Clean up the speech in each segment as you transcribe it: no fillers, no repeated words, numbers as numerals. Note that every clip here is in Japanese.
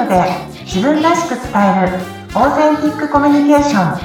で自分らしく伝えるオーセンティックコミュニケーション。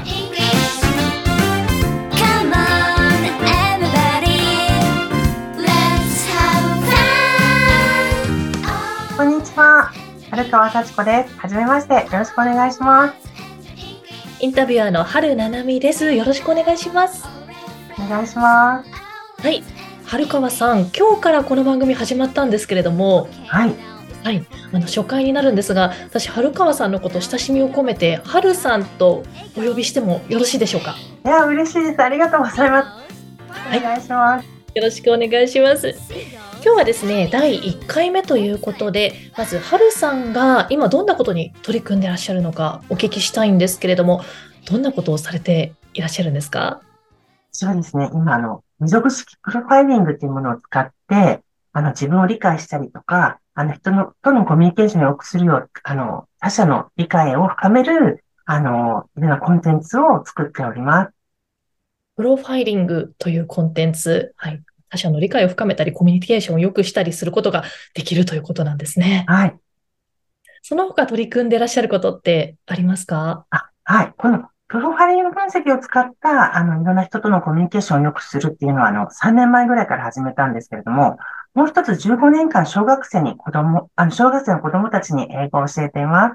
こんにちは、春川幸子です。はじめまして、よろしくお願いします。 インタビュアーの春七海です。よろしくお願いします。 お願いします。 はい、春川さん、今日からこの番組始まったんですけれども、 はい、 初回になるんですが、私、春川さんのこと親しみを込めて、春さんとお呼びしてもよろしいでしょうか？ いや、嬉しいです。ありがとうございます。お願いします。 よろしくお願いします。今日はですね、第1回目ということで、まず春さんが今どんなことに取り組んでいらっしゃるのかお聞きしたいんですけれども、どんなことをされていらっしゃるんですか？ 私はですね、今、二属式プロファイリングというものを使って、自分を理解したりとか、とのコミュニケーションを良くするよう、他者の理解を深める、いろんなコンテンツを作っております。 プロファイリングというコンテンツ、他者の理解を深めたり、コミュニケーションを良くしたりすることができるということなんですね。 はい。 その他取り組んでいらっしゃることってありますか？ はい。このプロファイリング分析を使った、いろんな人とのコミュニケーションを良くするっていうのは、3年前ぐらいから始めたんですけれども、もう一つ15年間小学生の子供たちに英語を教えています。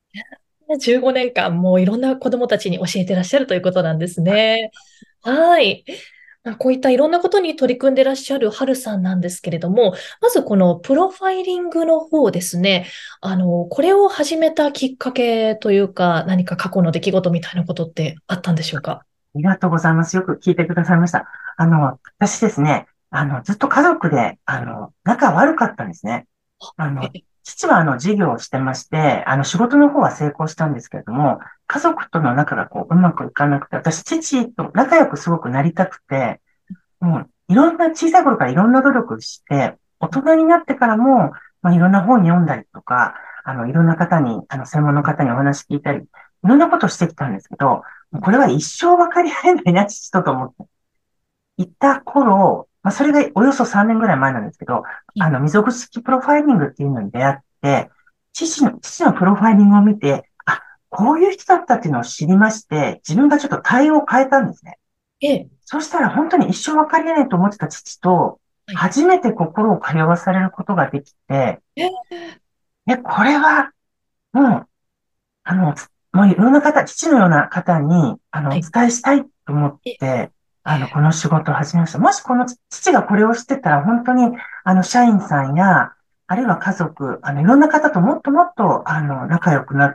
15年間もういろんな子どもたちに教えてらっしゃるということなんですね。はい。こういったいろんなことに取り組んでらっしゃる春さんなんですけれども、まずこのプロファイリングの方ですね。これを始めたきっかけというか、何か過去の出来事みたいなことってあったんでしょうか？ ありがとうございます。よく聞いてくださいました。私ですね、ずっと家族で、仲悪かったんですね。あの、 え、 父は事業をしてまして、仕事の方は成功したんですけれども、家族との仲がうまくいかなくて、私、父と仲良くすごくなりたくて、もう、小さい頃からいろんな努力して、大人になってからも、いろんな本読んだりとか、いろんな方に、専門の方にお話聞いたり、いろんなことをしてきたんですけど、これは一生分かり合えないな、父と思って。いた頃、それがおよそ3年ぐらい前なんですけど、未属式プロファイリングっていうのに出会って、父のプロファイリングを見て、こういう人だったっていうのを知りまして、自分がちょっと対応を変えたんですね。 え、 そしたら本当に一生分かり合えないと思ってた父と、 はい。 初めて心を通わされることができて、 え、 これは、もう、もういろんな方、父のような方に、おはい。 伝えしたいと思っえ、 て、この仕事を始めました。もしこの父がこれを知ってたら、本当に、社員さんや、あるいは家族、いろんな方ともっともっと、仲良くなって、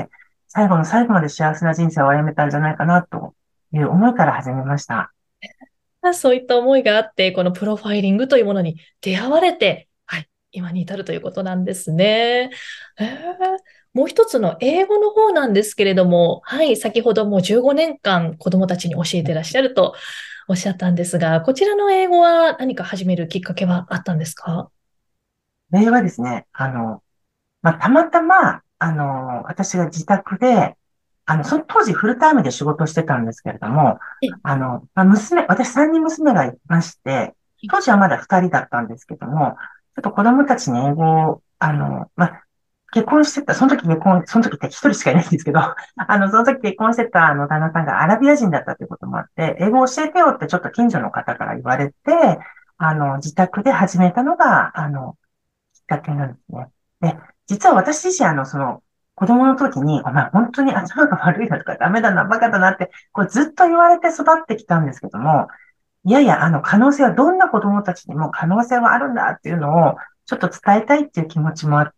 最後の最後まで幸せな人生を歩めたんじゃないかな、という思いから始めました。 そういった思いがあって、このプロファイリングというものに出会われて、今に至るということなんですね。へー。もう一つの英語の方なんですけれども、先ほどもう15年間子どもたちに教えてらっしゃるとおっしゃったんですが、こちらの英語は何か始めるきっかけはあったんですか？ 例はですね、たまたま、私が自宅で、その当時フルタイムで仕事をしてたんですけれども、 え、 私3人娘がいまして、当時はまだ2人だったんですけども、ちょっと子供たちに英語を、結婚してた、その時って1人しかいないんですけど、その時結婚してた旦那さんがアラビア人だったということもあって、英語を教えてよってちょっと近所の方から言われて、自宅で始めたのが、きっかけなんですね。で、実は私自身、子供の時に、お前本当に頭が悪いなとか、ダメだな、バカだなって、ずっと言われて育ってきたんですけども、いやいや、可能性は、どんな子供たちにも可能性はあるんだっていうのを、ちょっと伝えたいっていう気持ちもあって、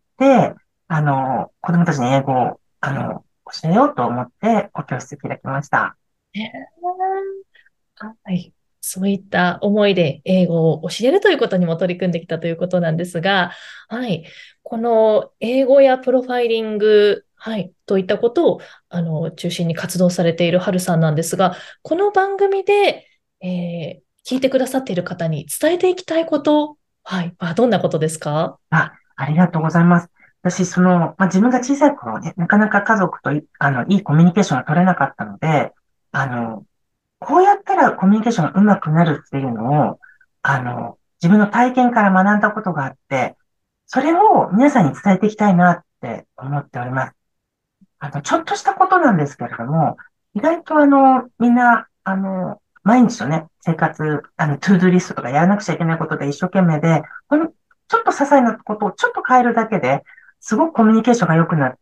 子供たちに英語を、教えようと思って、お教室開きました。 はい。そういった思いで英語を教えるということにも取り組んできたということなんですが、この英語やプロファイリング、といったことを中心に活動されているハルさんなんですが、この番組で、聞いてくださっている方に伝えていきたいこと、どんなことですか？ ありがとうございます。私、自分が小さい頃ね、なかなか家族といいコミュニケーションが取れなかったので、あの、こうやったらコミュニケーションが上手くなるっていうのを、自分の体験から学んだことがあって、それを皆さんに伝えていきたいなっって思っております。ちょっとしたことなんですけれども、意外とみんな、毎日のね、生活、トゥードゥリストとかやらなくちゃいけないことで一生懸命で、ちょっと些細なことをちょっと変えるだけで、すごくコミュニケーションが良くなって、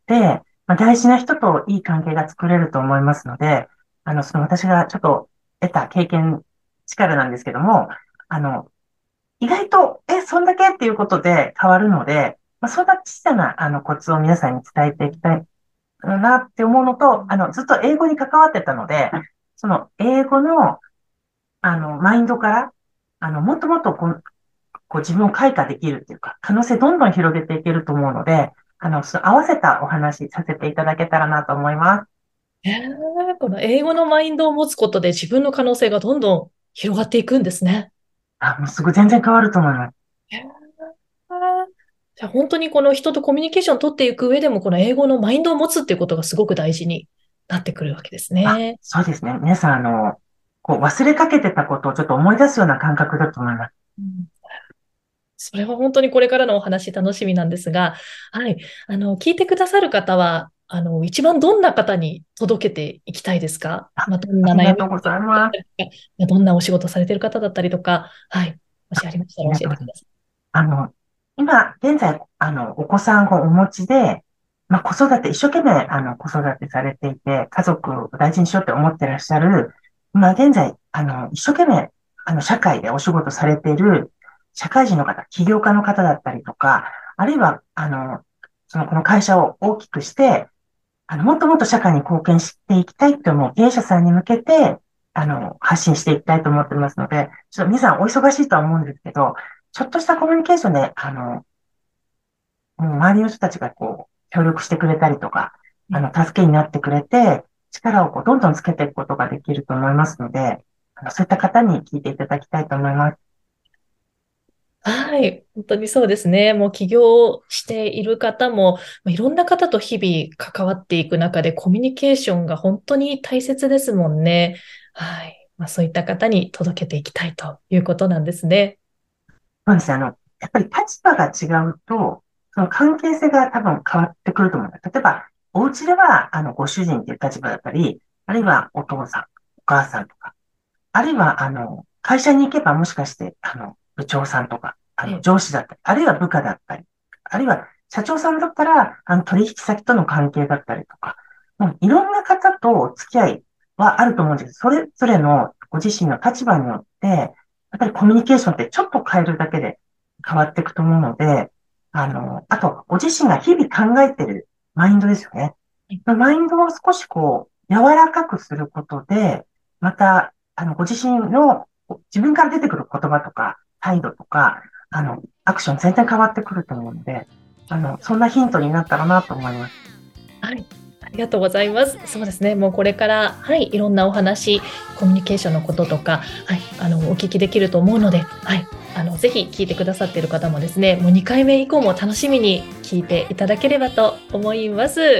まあ、大事な人といい関係が作れると思いますので、その私がちょっと得た経験、力なんですけども、あの、意外と、そんだけっていうことで変わるので、まあ、そんな小さな、コツを皆さんに伝えていきたいなって思うのと、ずっと英語に関わってたので、その英語の、マインドから、もっともっとこう自分を開花できるっていうか、可能性どんどん広げていけると思うので、その合わせたお話させていただけたらなと思います。 この英語のマインドを持つことで自分の可能性がどんどん広がっていくんですね。 もうすぐ全然変わると思います。 へーじゃあ本当にこの人とコミュニケーションを取っていく上でも、この英語のマインドを持つっていうことがすごく大事になってくるわけですね。 そうですね。皆さん、こう忘れかけてたことをちょっと思い出すような感覚だと思います。 うん、それは本当にこれからのお話楽しみなんですが、はい。聞いてくださる方は、一番どんな方に届けていきたいですか？まあ、どんあな悩みりがとうございます。 だったりとか、どんなお仕事されている方だったりとか、はい。もしありましたらありがとうございます。 教えてくださ今、現在、お子さんをお持ちで、まあ、子育て、一生懸命、子育てされていて、家族を大事にしようって思ってらっしゃる、今現在、一生懸命、社会でお仕事されている社会人の方、起業家の方だったりとか、あるいは、この会社を大きくして、もっともっと社会に貢献していきたいって思う経営者さんに向けて、発信していきたいと思ってますので、ちょっと皆さんお忙しいとは思うんですけど、ちょっとしたコミュニケーションで、もう周りの人たちがこう、協力してくれたりとか、 い。 助けになってくれて、力をこう、どんどんつけていくことができると思いますので、そういった方に聞いていただきたいと思います。 はい。本当にそうですね。もう起業している方も、いろんな方と日々関わっていく中でコミュニケーションが本当に大切ですもんね。はい。そういった方に届けていきたいということなんですね。 そうですね。やっぱり立場が違うと、その関係性が多分変わってくると思います。例えば、お家では、ご主人っていう立場だったり、あるいはお父さん、お母さんとか、あるいは、会社に行けばもしかして、部長さんとか、 え上司だったり、あるいは部下だったり、あるいは社長さんだったら、取引先との関係だったりとか、もういろんな方とお付き合いはあると思うんですけど、それぞれのご自身の立場によって、やっぱりコミュニケーションってちょっと変えるだけで変わっていくと思うので、あと、ご自身が日々考えてるマインドですよね。マインドを少しこう、柔らかくすることで、また、ご自身の、自分から出てくる言葉とか、態度とか、アクション全然変わってくると思うので、そんなヒントになったらなと思います。 はい。ありがとうございます。そうですね。もうこれから、はい、いろんなお話、コミュニケーションのこととか、はい、お聞きできると思うので、はい、ぜひ聞いてくださっている方もですね、もう2回目以降も楽しみに聞いていただければと思います。はい。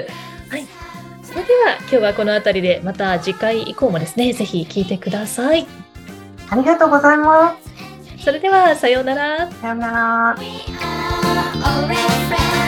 それでは今日はこの辺りで、また次回以降もですね、ぜひ聞いてください。 ありがとうございます。 それでは、さようなら。 さようなら。